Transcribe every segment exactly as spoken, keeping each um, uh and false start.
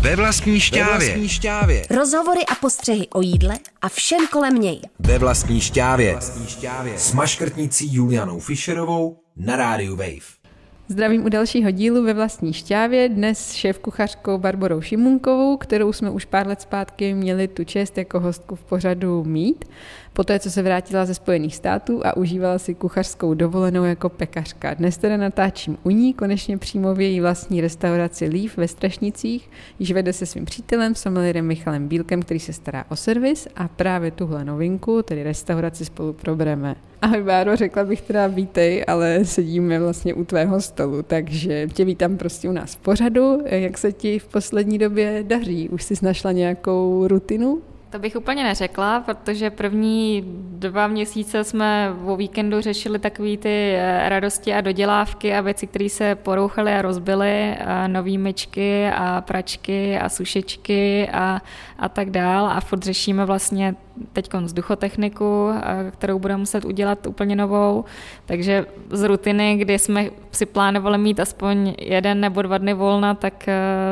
Ve vlastní štávě. Ve vlastní štávě. Rozhovory a postřehy o jídle a všem kolem něj. Ve vlastní štávě. Ve vlastní štávě. S maškrtnicí Julianou Fischerovou na rádiu Wave. Zdravím u dalšího dílu Ve vlastní štávě, dnes šéfkuchařkou Barborou Šimunkovou, kterou jsme už pár let zpátky měli tu čest jako hostku v pořadu mít, poté co se vrátila ze Spojených států a užívala si kuchařskou dovolenou jako pekařka. Dnes teda natáčím u ní, konečně přímo v její vlastní restauraci Leaf ve Strašnicích, již vede se svým přítelem, sommeliérem Michalem Bílkem, který se stará o servis, a právě tuhle novinku, tedy restauraci, spolu probereme. Ahoj Báro, řekla bych teda vítej, ale sedíme vlastně u tvého stolu, takže tě vítám prostě u nás v pořadu. Jak se ti v poslední době daří? Už jsi našla nějakou rutinu? To bych úplně neřekla, protože první dva měsíce jsme o víkendu řešili takový ty radosti a dodělávky a věci, které se porouchaly a rozbily, a nový myčky a pračky a sušečky a, a tak dál. A furt řešíme vlastně teď vzduchotechniku, kterou budeme muset udělat úplně novou. Takže z rutiny, kdy jsme si plánovali mít aspoň jeden nebo dva dny volna, tak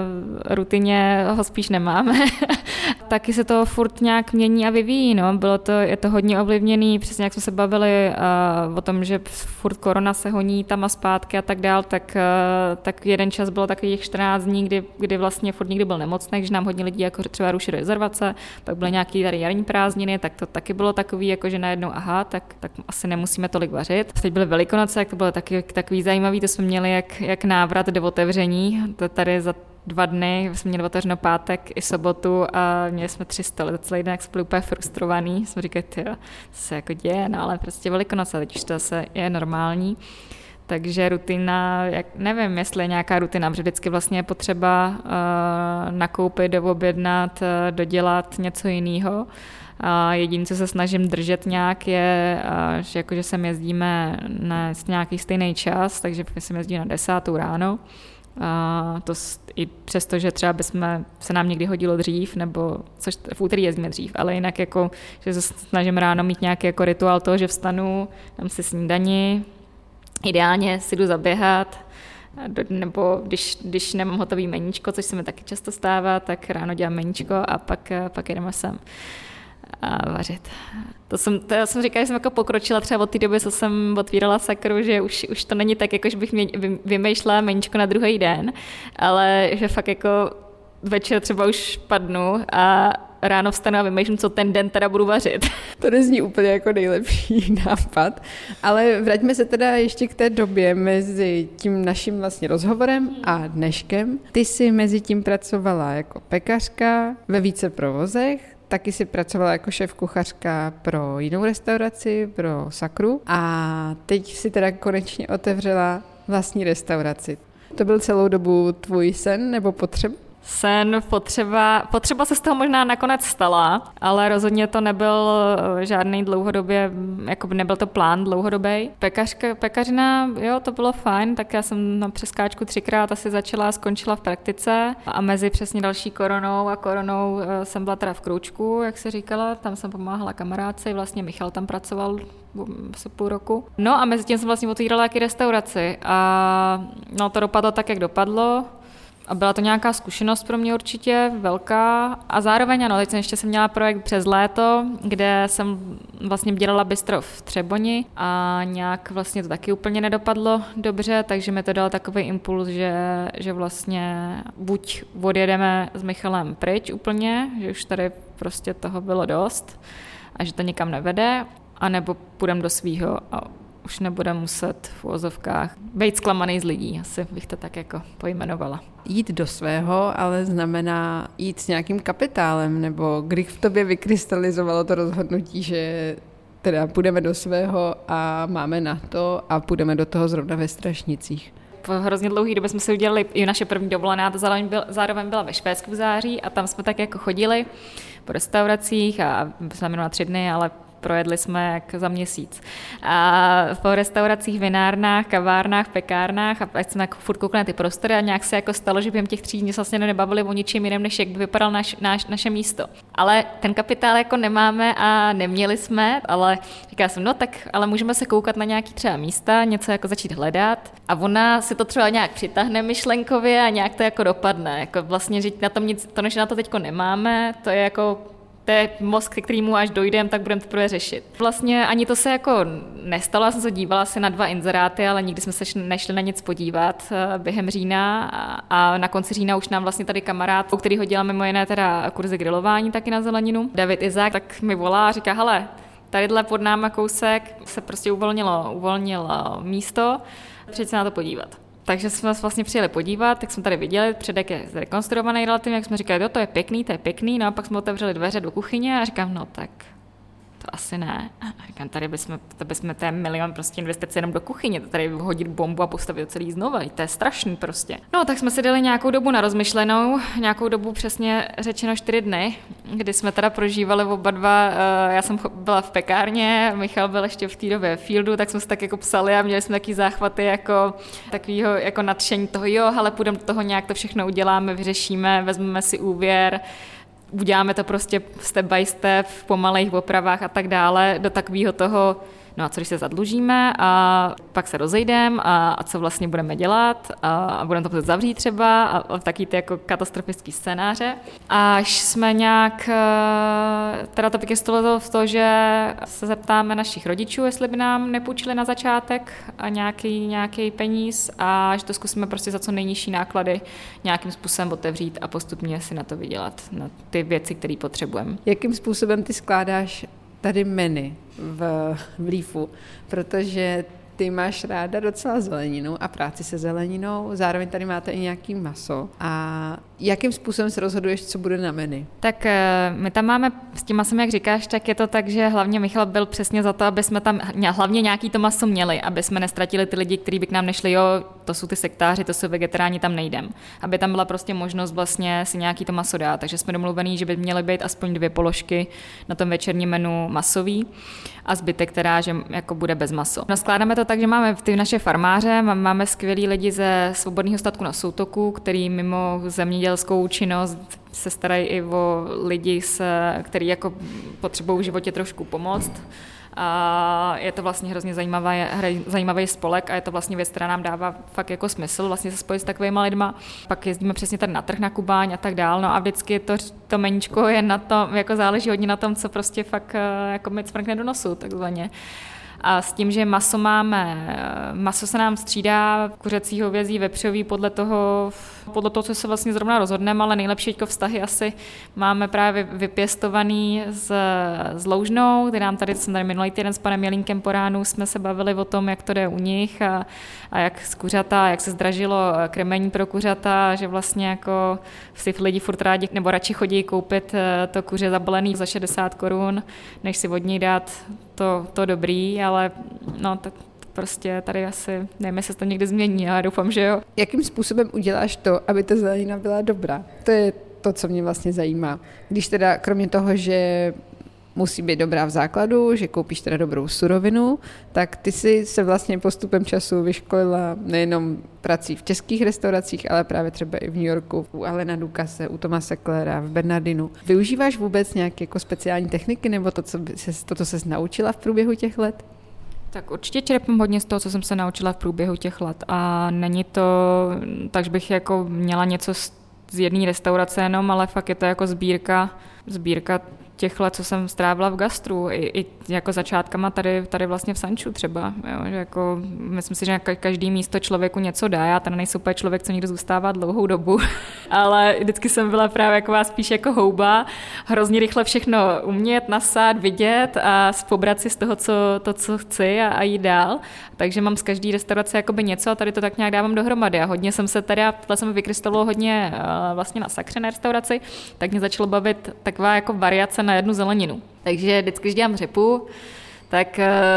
rutině ho spíš nemáme. Taky se to furt nějak mění a vyvíjí. No. Bylo to, je to hodně ovlivněný, přesně jak jsme se bavili uh, o tom, že furt korona se honí tam a zpátky a tak dál, tak, uh, tak jeden čas bylo takových čtrnáct dní, kdy, kdy vlastně furt nikdy byl nemocný, když nám hodně lidí jako třeba rušili rezervace, pak byly nějaký tady jarní prázdniny, tak to taky bylo takový, jako že najednou aha, tak, tak asi nemusíme tolik vařit. Teď byly Velikonoce, jak to bylo taky takový zajímavý, to jsme měli jak, jak návrat do otevření, to tady za dva dny, jsme měli otevřeno pátek i sobotu a měli jsme tři stoly za celý den, jak jsme byli úplně frustrovaný. Jsme říkali, tyjo, co se jako děje, no ale prostě Velikonoce, teď už to zase je normální. Takže rutina, jak, nevím, jestli je nějaká rutina, protože vždycky vlastně je potřeba uh, nakoupit, doobjednat, uh, dodělat něco jiného. A jediné, co se snažím držet nějak, je, že, jako, že sem jezdíme na nějaký stejný čas, takže jsem jezdím na desátou ráno. A to i přesto, že třeba bychom se nám někdy hodilo dřív, nebo což v úterý jezdíme dřív, ale jinak jako, že se snažím ráno mít nějaký jako rituál toho, že vstanu, dám si snídani, ideálně si jdu zaběhat, nebo když, když nemám hotový meníčko, což se mi taky často stává, tak ráno dělám meníčko a pak, pak jdeme sem a vařit. To jsem, to já jsem říkala, že jsem jako pokročila třeba od té doby, co jsem otvírala sakru, že už, už to není tak, jako že bych mě, vymýšlela meníčko na druhý den, ale že fakt jako večer třeba už padnu a ráno vstanu a vymýšlím, co ten den teda budu vařit. To nezní úplně jako nejlepší nápad, ale vraťme se teda ještě k té době mezi tím naším vlastně rozhovorem a dneškem. Ty jsi mezi tím pracovala jako pekařka ve více provozech, taky si pracovala jako šéfkuchařka pro jinou restauraci, pro Sakru, a teď si teda konečně otevřela vlastní restauraci. To byl celou dobu tvůj sen nebo potřeba? Sen, potřeba, potřeba se z toho možná nakonec stala, ale rozhodně to nebyl žádný dlouhodobě, jako nebyl to plán dlouhodobý. Pekařka, pekařina, jo, to bylo fajn, tak já jsem na přeskáčku třikrát asi začala a skončila v praktice a mezi přesně další koronou a koronou jsem byla teda v Kroučku, jak se říkala, tam jsem pomáhala kamarádce, vlastně Michal tam pracoval asi půl roku. No a mezi tím jsem vlastně otvírala jaký restauraci a no to dopadlo tak, jak dopadlo. A byla to nějaká zkušenost pro mě určitě velká a zároveň ano, teď jsem ještě jsem měla projekt přes léto, kde jsem vlastně dělala bistro v Třeboni a nějak vlastně to taky úplně nedopadlo dobře, takže mi to dal takový impuls, že, že vlastně buď odjedeme s Michalem pryč úplně, že už tady prostě toho bylo dost a že to nikam nevede, anebo půjdem do svýho a už nebude muset v uvozovkách být zklamaný z lidí, asi bych to tak jako pojmenovala. Jít do svého, ale znamená jít s nějakým kapitálem, nebo kdy v tobě vykrystalizovalo to rozhodnutí, že teda půjdeme do svého a máme na to a půjdeme do toho zrovna ve Strašnicích? Po hrozně dlouhé době jsme si udělali i naše první dovolená, to zároveň, byl, zároveň byla ve Švédsku v září a tam jsme tak jako chodili po restauracích a jsme na tři dny, ale projedli jsme jak za měsíc. A po restauracích, vinárnách, kavárnách, pekárnách a ať jsme jako furt koukli na ty prostory a nějak se jako stalo, že během těch tří dní vlastně nebavili o ničem jiném, než jak by vypadalo naš, naš, naše místo. Ale ten kapitál jako nemáme a neměli jsme, ale říkala jsem, no tak, ale můžeme se koukat na nějaký třeba místa, něco jako začít hledat a ona si to třeba nějak přitáhne myšlenkově a nějak to jako dopadne. Jako vlastně, že na tom nic, to, než na to teďko nemáme, to je jako to je mozk, k kterému až dojdeme, tak budeme teprve řešit. Vlastně ani to se jako nestalo, já jsem se dívala si na dva inzeráty, ale nikdy jsme se nešli na nic podívat během října a na konci října už nám vlastně tady kamarád, u kterého dělá mimo jiné teda kurzy grilování taky na zeleninu, David Izák, tak mi volá a říká, hele, tadyhle pod náma kousek se prostě uvolnilo, uvolnilo místo, přijď se na to podívat. Takže jsme vlastně přijeli podívat, tak jsme tady viděli, předek je zrekonstruovaný relativně, jak jsme říkali, jo, to je pěkný, to je pěkný, no a pak jsme otevřeli dveře do kuchyně a říkám, no tak to asi ne. A říkám, tady bychom, to bychom, to je milion prostě investice jenom do kuchyně, to tady hodit bombu a postavit to celý znova, to je strašný prostě. No tak jsme si dali nějakou dobu na rozmyšlenou, nějakou dobu přesně řečeno čtyři dny, kdy jsme teda prožívali oba dva, já jsem byla v pekárně, Michal byl ještě v té době v fieldu, tak jsme si tak jako psali a měli jsme taky záchvaty jako takového jako nadšení toho, jo, ale půjdeme do toho, nějak to všechno uděláme, vyřešíme, vezmeme si úvěr, uděláme to prostě step by step v pomalejch opravách a tak dále do takového toho, no a co když se zadlužíme a pak se rozejdeme a, a co vlastně budeme dělat a, a budeme to muset zavřít třeba a, a taky ty jako katastrofický scénáře. Až jsme nějak, teda to vykystalo v to, že se zeptáme našich rodičů, jestli by nám nepůjčili na začátek a nějaký, nějaký peníz a že to zkusíme prostě za co nejnižší náklady nějakým způsobem otevřít a postupně si na to vydělat, na ty věci, které potřebujeme. Jakým způsobem ty skládáš tady menu v, v Leafu, protože ty máš ráda docela zeleninu a práci se zeleninou, zároveň tady máte i nějaký maso. A jakým způsobem se rozhoduješ, co bude na menu? Tak my tam máme, s tím masem, jak říkáš, tak je to tak, že hlavně Michal byl přesně za to, aby jsme tam hlavně nějaký to maso měli, aby jsme nestratili ty lidi, kteří by k nám nešli, jo, to jsou ty sektáři, to jsou vegetariáni, tam nejdem. Aby tam byla prostě možnost vlastně si nějaký to maso dát. Takže jsme domluvení, že by měly být aspoň dvě položky na tom večerním menu masový a zbytek, která že jako bude bez maso. No, skládáme to tak, že máme ty naše farmáře, máme skvělí lidi ze Svobodného statku na Soutoku, který mimo zemědělskou činnost se starají i o lidi, kteří jako potřebují v životě trošku pomoct. A je to vlastně hrozně zajímavý, zajímavý spolek a je to vlastně věc, která nám dává fakt jako smysl vlastně se spojit s takovýma lidma. Pak jezdíme přesně tady na trh na Kubáň a tak dál, no a vždycky to, to meníčko je na tom, jako záleží hodně na tom, co prostě fakt jako mi cvrkne do nosu, takzvaně. A s tím, že maso máme, maso se nám střídá kuřecí, hovězí, vepřový podle toho, podle toho, co se vlastně zrovna rozhodneme, ale nejlepší teďko vztahy asi máme právě vypěstovaný s, s Loužnou, kde nám tady, jsem tady minulý týden s panem Jelínkem po ránu jsme se bavili o tom, jak to jde u nich a, a jak z kuřata, jak se zdražilo krmení pro kuřata, že vlastně jako si lidi furt rádi, nebo radši chodí koupit to kuře zabalený za šedesát korun, než si od něj dát to, to dobrý, ale no tak prostě tady asi, nevím, jestli se to někdy změní, ale doufám, že jo. Jakým způsobem uděláš to, aby ta zelenina byla dobrá? To je to, co mě vlastně zajímá. Když teda kromě toho, že musí být dobrá v základu, že koupíš teda dobrou surovinu, tak ty si se vlastně postupem času vyškolila nejenom prací v českých restauracích, ale právě třeba i v New Yorku, u Alena Dukase, u Thomase Klera, v Bernardinu. Využíváš vůbec nějaké jako speciální techniky nebo to, co ses, to, co ses naučila v průběhu těch let? Tak určitě čerpám hodně z toho, co jsem se naučila v průběhu těch let a není to tak, že bych jako měla něco z, z jedné restaurace jenom, ale fakt je to jako sbírka, sbírka těch let, co jsem strávila v gastru, i, i jako začátkama tady, tady vlastně v Sanču třeba, jo, že jako myslím si, že každý místo člověku něco dá, já tady nejsem úplně člověk, co někdo zůstává dlouhou dobu, ale vždycky jsem byla právě jako spíš jako houba, hrozně rychle všechno umět, nasát, vidět a pobrat si z toho, co, to, co chci a, a jít dál, takže mám z každé restaurace jakoby něco a tady to tak nějak dávám dohromady a hodně jsem se tady, tohle jsem vykrystalovala hodně uh, vlastně na Sakře na restauraci, tak mě začalo bavit taková jako variace na jednu zeleninu. Takže vždycky, když dělám řepu, tak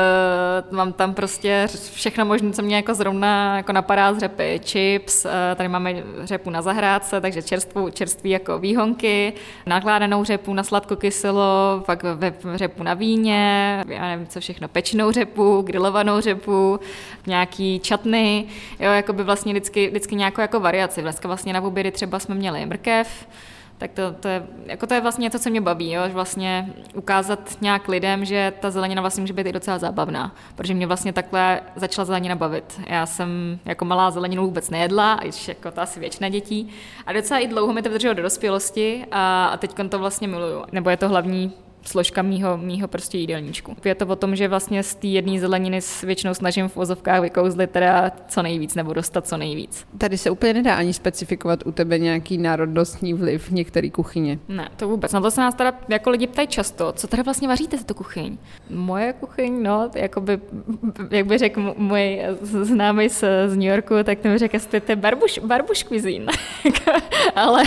uh, mám tam prostě všechno možné, co mě jako zrovna jako napadá z řepy. Chips, uh, tady máme řepu na zahrádce, takže čerstvou, čerství jako výhonky, nakládanou řepu na sladkokyselo, pak ve, řepu na víně, já nevím co všechno, pečenou řepu, grilovanou řepu, nějaký čatny, jo, jako by vlastně vždycky, vždycky nějakou jako variaci. Dneska vlastně na obědy třeba jsme měli mrkev, tak to, to, je, jako to je vlastně něco, co mě baví, jo? Že vlastně ukázat nějak lidem, že ta zelenina vlastně může být i docela zábavná, protože mě vlastně takhle začala zelenina bavit. Já jsem jako malá zeleninu vůbec nejedla, i jako to asi většina dětí, a docela i dlouho mi to vydrželo do dospělosti a, a teď to vlastně miluju, nebo je to hlavní složka mýho, mýho prostě jídelníčku. Je to o tom, že vlastně z té jedné zeleniny s většinou snažím v ozovkách vykouzlit teda co nejvíc, nebo dostat co nejvíc. Tady se úplně nedá ani specifikovat u tebe nějaký národnostní vliv v některé kuchyně. Ne, to vůbec. Na to se nás teda jako lidi ptají často. Co teda vlastně vaříte za tu kuchyň? Moje kuchyň, no, jakoby, jak by řekl můj známý z, z New Yorku, tak to mi řekl, že to je barbuš, barbuš cuisine. ale,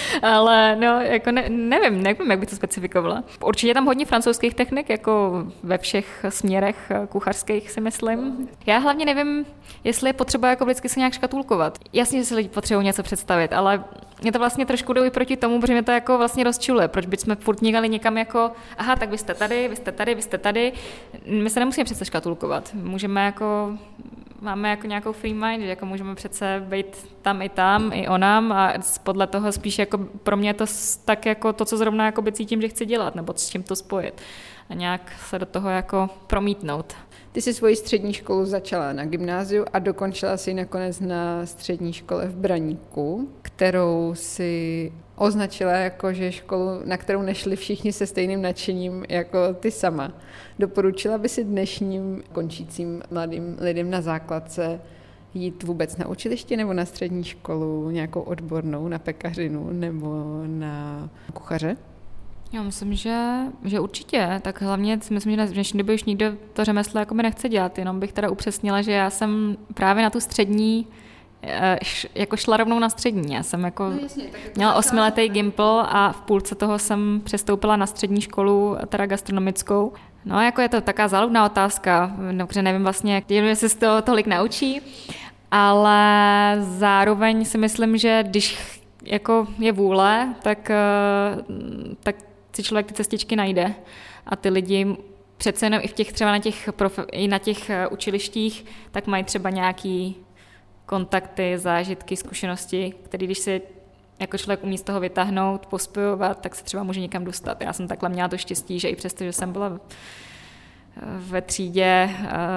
ale, no, jako ne, nevím, nevím, jak bych to specifikovala. Určitě je tam hodně francouzských technik, jako ve všech směrech kuchařských, si myslím. Já hlavně nevím, jestli je potřeba jako vždycky se nějak škatulkovat. Jasně, že si lidi potřebují něco představit, ale mě to vlastně trošku jde i proti tomu, protože mě to jako vlastně rozčiluje. Proč bychom furt někali někam jako, aha, tak vy jste tady, vy jste tady, vy jste tady. My se nemusíme přece škatulkovat. Můžeme jako, máme jako nějakou free mind, že jako můžeme přece být tam i tam, i onam a podle toho spíš jako pro mě je to tak jako to, co zrovna jako by cítím, že chci dělat, nebo s čím to spojit a nějak se do toho jako promítnout. Ty jsi svoji střední školu začala na gymnáziu a dokončila si nakonec na střední škole v Braníku, kterou si označila jako, že školu, na kterou nešli všichni se stejným nadšením jako ty sama. Doporučila by si dnešním končícím mladým lidem na základce jít vůbec na učiliště nebo na střední školu nějakou odbornou, na pekařinu nebo na kuchaře? Já myslím, že, že určitě. Tak hlavně si myslím, že v dnešní době už nikdo to řemeslo jako by nechce dělat. Jenom bych teda upřesnila, že já jsem právě na tu střední jako šla rovnou na střední. Já jsem jako, no jasně, měla osmiletý gimpl a v půlce toho jsem přestoupila na střední školu, teda gastronomickou. No jako je to taková záludná otázka, no, protože nevím vlastně, jestli se z toho tolik naučí, ale zároveň si myslím, že když jako je vůle, tak, tak si člověk ty cestičky najde a ty lidi přece jenom i v těch třeba na těch, prof, i na těch učilištích, tak mají třeba nějaký kontakty, zážitky, zkušenosti, které když si jako člověk umí z toho vytáhnout, pospojovat, tak se třeba může někam dostat. Já jsem takhle měla to štěstí, že i přesto, že jsem byla ve třídě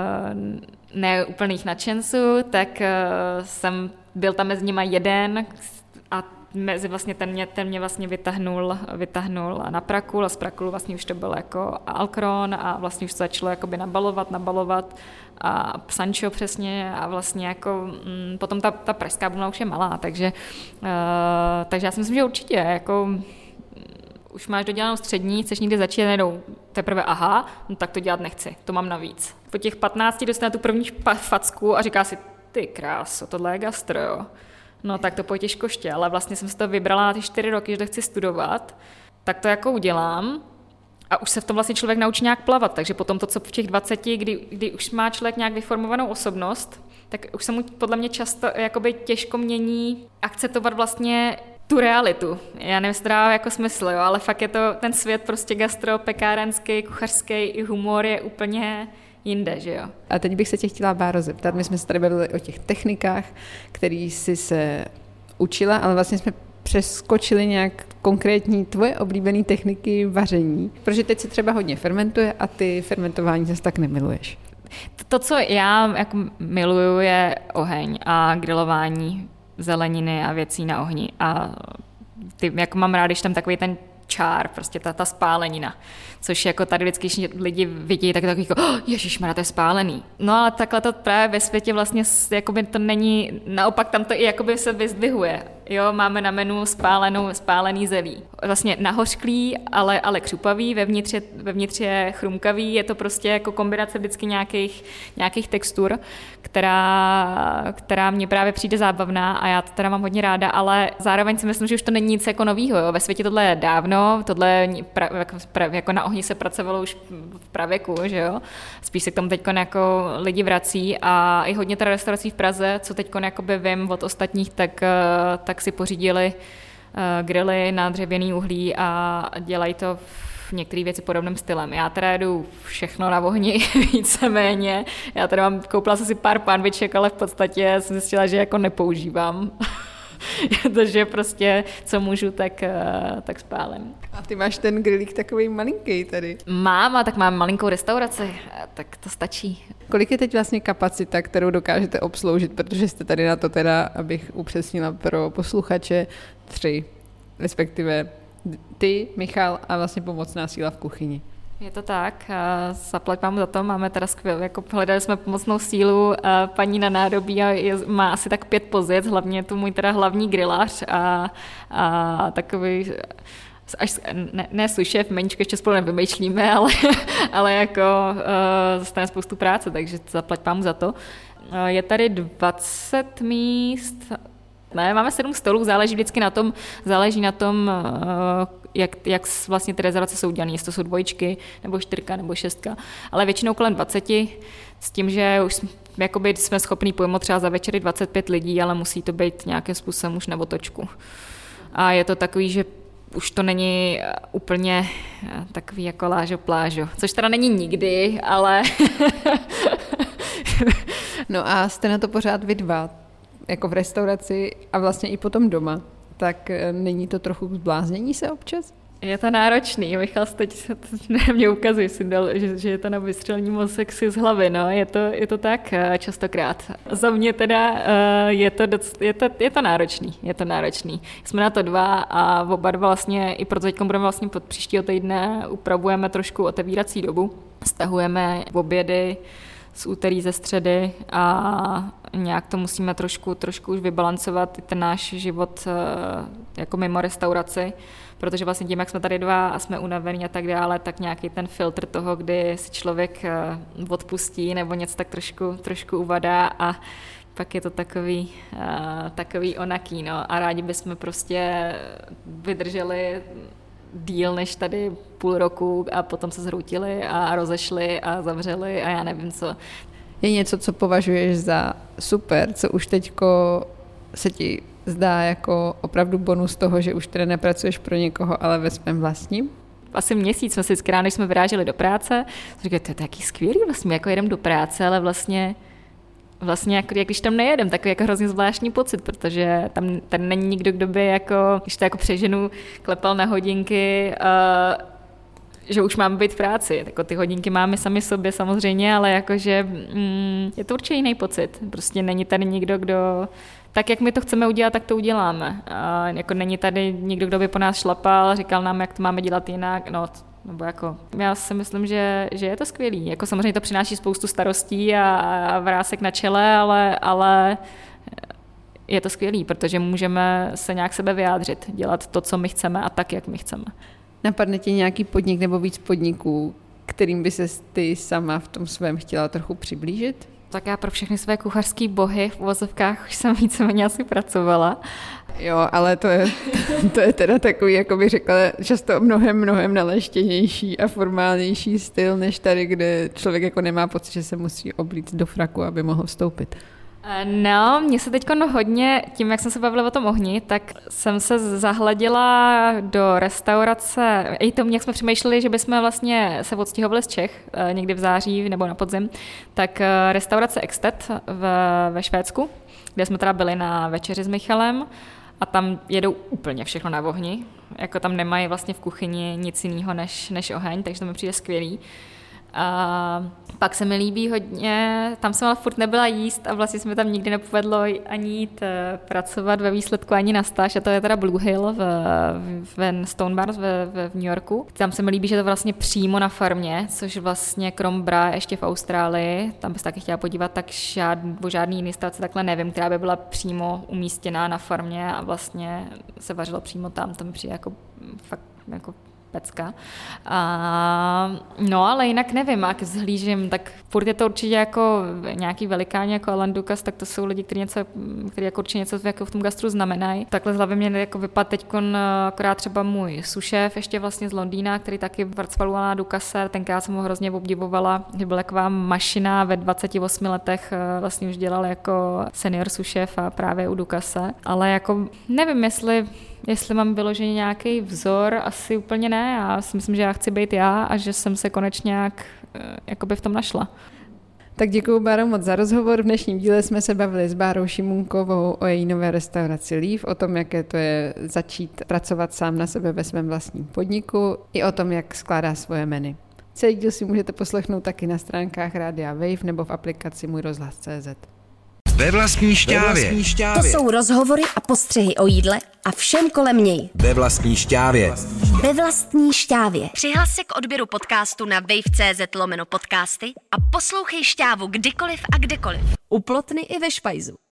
neúplných nadšenců, tak jsem byl tam mezi nimi jeden a mezi vlastně ten mě, ten mě vlastně vytahnul, vytahnul na prakul a z prakulu vlastně už to byl jako alkron a vlastně už se začalo jakoby nabalovat, nabalovat a Sancho přesně a vlastně jako m, potom ta, ta pražská bubna už je malá, takže, uh, takže já si myslím, že určitě jako už máš dodělanou střední, chceš někde začít, najednou teprve aha, no tak to dělat nechci, to mám navíc. Po těch patnácti dostane tu první facku a říká si, ty kráso, tohle je gastro, jo. No tak to pojď těžkoště, ale vlastně jsem si to vybrala na ty čtyři roky, že to chci studovat, tak to jako udělám a už se v tom vlastně člověk naučí nějak plavat, takže potom to, co v těch dvaceti, kdy, kdy už má člověk nějak vyformovanou osobnost, tak už se mu podle mě často jakoby těžko mění akceptovat vlastně tu realitu. Já nevím, jestli to dává jako smysl, jo, ale fakt je to ten svět prostě gastro, pekárenský, kuchařský i humor je úplně jinde, že jo. A teď bych se tě chtěla, Báro, zeptat. My jsme se tady bavili o těch technikách, které jsi se učila, ale vlastně jsme přeskočili nějak konkrétní tvoje oblíbené techniky vaření, protože teď se třeba hodně fermentuje a ty fermentování zase tak nemiluješ. To, co já jako miluju, je oheň a grilování zeleniny a věcí na ohni. A ty, jako mám rád, když tam takový ten čár, prostě ta, ta spálenina, což jako tady vždycky, když lidi vidí, tak takový jako, oh, ježišmarja, to je spálený. No ale takhle to právě ve světě vlastně jakoby to není, naopak tam to i jakoby se vyzdvihuje. Jo, máme na menu spálenou, spálený zelí. Vlastně nahořklý, ale, ale křupavý, vevnitř je, vevnitř je chrumkavý, je to prostě jako kombinace vždycky nějakých, nějakých textur, která, která mě právě přijde zábavná a já to teda mám hodně ráda, ale zároveň si myslím, že už to není nic jako novýho. Jo. Ve světě tohle je dávno, tohle pra, pra, jako na ohni se pracovalo už v pravěku, že jo. Spíš se k tomu teď jako lidi vrací a i hodně teda restaurací v Praze, co teď jakoby vím od ostatních, tak, tak si pořídili grily na dřevěný uhlí a dělají to v některé věci podobným stylem. Já teda jedu všechno na ohni, víceméně. Já teda mám, koupila jsem si pár pánviček, ale v podstatě jsem zjistila, že jako nepoužívám. Takže prostě, co můžu, tak, tak spálím. A ty máš ten grilík takový malinký tady. Mám, a tak mám malinkou restauraci, tak to stačí. Kolik je teď vlastně kapacita, kterou dokážete obsloužit, protože jste tady na to teda, abych upřesnila pro posluchače, tři, respektive ty, Michal a vlastně pomocná síla v kuchyni. Je to tak, zaplať vám za to, máme teda skvěl, jako hledali jsme pomocnou sílu, paní na nádobí a je, má asi tak pět pozic, hlavně to můj teda hlavní grilář a, a takový, až, ne, ne svůj šéf, meničko ještě spolu nevymýšlíme, ale, ale jako uh, zastane spoustu práce, takže zaplať vám za to. Uh, je tady dvacet míst, ne, máme sedm stolů, záleží vždycky na tom, záleží na tom, jak, jak vlastně ty rezervace jsou udělané, jestli to jsou dvojčky, nebo čtyřka, nebo šestka, ale většinou kolem dvaceti, s tím, že už jsme, jakoby jsme schopní pojmout třeba za večery dvacet pět lidí, ale musí to být nějakým způsobem už na otočku. A je to takový, že už to není úplně takový jako lážo plážo, což teda není nikdy, ale... No a jste na to pořád vy dva, jako v restauraci a vlastně i potom doma, tak není to trochu zbláznění se občas? Je to náročný, Michal teď ne, mě ukazuje, si dal, že, že je to na vystřelení mozek si z hlavy, no, je to, je to tak častokrát. Za mě teda je to, doc, je to, je to náročný, je to náročný. Jsme na to dva a oba dva vlastně, i proto teď budeme vlastně pod příštího týdne, upravujeme trošku otevírací dobu, stahujeme obědy z úterý, ze středy a nějak to musíme trošku, trošku už vybalancovat ten náš život jako mimo restauraci, protože vlastně tím, jak jsme tady dva a jsme unavení a tak dále, tak nějaký ten filtr toho, kdy si člověk odpustí nebo něco tak trošku, trošku uvadá a pak je to takový, takový onaký, no, a rádi bychom prostě vydrželi díl než tady půl roku a potom se zhroutili a rozešli a zavřeli a já nevím co. Je něco, co považuješ za super, co už teďko se ti zdá jako opravdu bonus toho, že už teda nepracuješ pro někoho, ale ve svém vlastním? Asi měsíc jsme si zkrát, než jsme vyráželi do práce, říkali, to je taky skvělý, vlastně jako jedem do práce, ale vlastně Vlastně, jako, jak když tam nejedem, takový jako hrozně zvláštní pocit, protože tam, tam není nikdo, kdo by, jako, když to jako přeženu, klepal na hodinky, uh, že už máme být v práci. Jako ty hodinky máme sami sobě samozřejmě, ale jakože mm, je to určitě jiný pocit. Prostě není tady nikdo, kdo... Tak, jak my to chceme udělat, tak to uděláme. A jako není tady nikdo, kdo by po nás šlapal, říkal nám, jak to máme dělat jinak. No, nebo jako, já si myslím, že, že je to skvělý. Jako samozřejmě to přináší spoustu starostí a, a vrásek na čele, ale, ale je to skvělý, protože můžeme se nějak sebe vyjádřit, dělat to, co my chceme a tak, jak my chceme. Napadne ti nějaký podnik nebo víc podniků, kterým by ses ty sama v tom svém chtěla trochu přiblížit? Tak já pro všechny své kuchařský bohy v uvozovkách už jsem víceméně asi pracovala. Jo, ale to je, to je teda takový, jako bych řekla, často mnohem, mnohem naleštěnější a formálnější styl, než tady, kde člověk jako nemá pocit, že se musí oblít do fraku, aby mohl vstoupit. No, mně se teď hodně, tím, jak jsem se bavila o tom ohni, tak jsem se zahladila do restaurace, i tomu, jak jsme přemýšleli, že bychom vlastně se odstěhovali z Čech někdy v září nebo na podzim, tak restaurace Extet v, ve Švédsku, kde jsme teda byli na večeři s Michalem a tam jedou úplně všechno na ohni, jako tam nemají vlastně v kuchyni nic jiného než, než oheň, takže to mi přijde skvělý. A pak se mi líbí hodně, tam jsem ale furt nebyla jíst a vlastně se mi tam nikdy nepovedlo ani jít pracovat ve výsledku ani na stáž, a to je teda Blue Hill v, v Stone Barns v, v New Yorku. Tam se mi líbí, že to vlastně přímo na farmě, což vlastně krom Bra ještě v Austrálii, tam bych taky chtěla podívat, tak žád, o žádný jiný stace takhle nevím, která by byla přímo umístěná na farmě a vlastně se vařilo přímo tam, tam přijde jako fakt jako pecka. A, no ale jinak nevím, jak zhlížím, tak furt je to určitě jako nějaký velikán jako Alain Ducasse, tak to jsou lidi, kteří něco, kteří jako určitě něco jako v tom gastru znamenají. Takhle z hlavy mě jako vypadl teďkon akorát třeba můj sušéf ještě vlastně z Londýna, který taky pracoval u Alaina Ducasse, tenkrát jsem ho hrozně obdivovala, že byla taková mašina, ve dvaceti osmi letech vlastně už dělal jako senior sušéf a právě u Ducasse, ale jako nevím, jestli Jestli mám vyložený nějaký vzor, asi úplně ne. Já si myslím, že já chci být já a že jsem se konečně nějak jakoby v tom našla. Tak děkuju, Báro, moc za rozhovor. V dnešním díle jsme se bavili s Bárou Šimunkovou o její nové restauraci Leaf, o tom, jaké to je začít pracovat sám na sebe ve svém vlastním podniku i o tom, jak skládá svoje menu. Celý díl si můžete poslechnout taky na stránkách Rádia Wave nebo v aplikaci Můj rozhlas tečka cé zet. Ve vlastní štávě. To jsou rozhovory a postřehy o jídle a všem kolem něj. Ve vlastní štávě. Ve vlastní štávě. Přihlas se k odběru podcastu na wave tečka cé zet lomeno podcasty a poslouchej Šťávu kdykoliv a kdekoliv. U Plotny i ve Špajzu.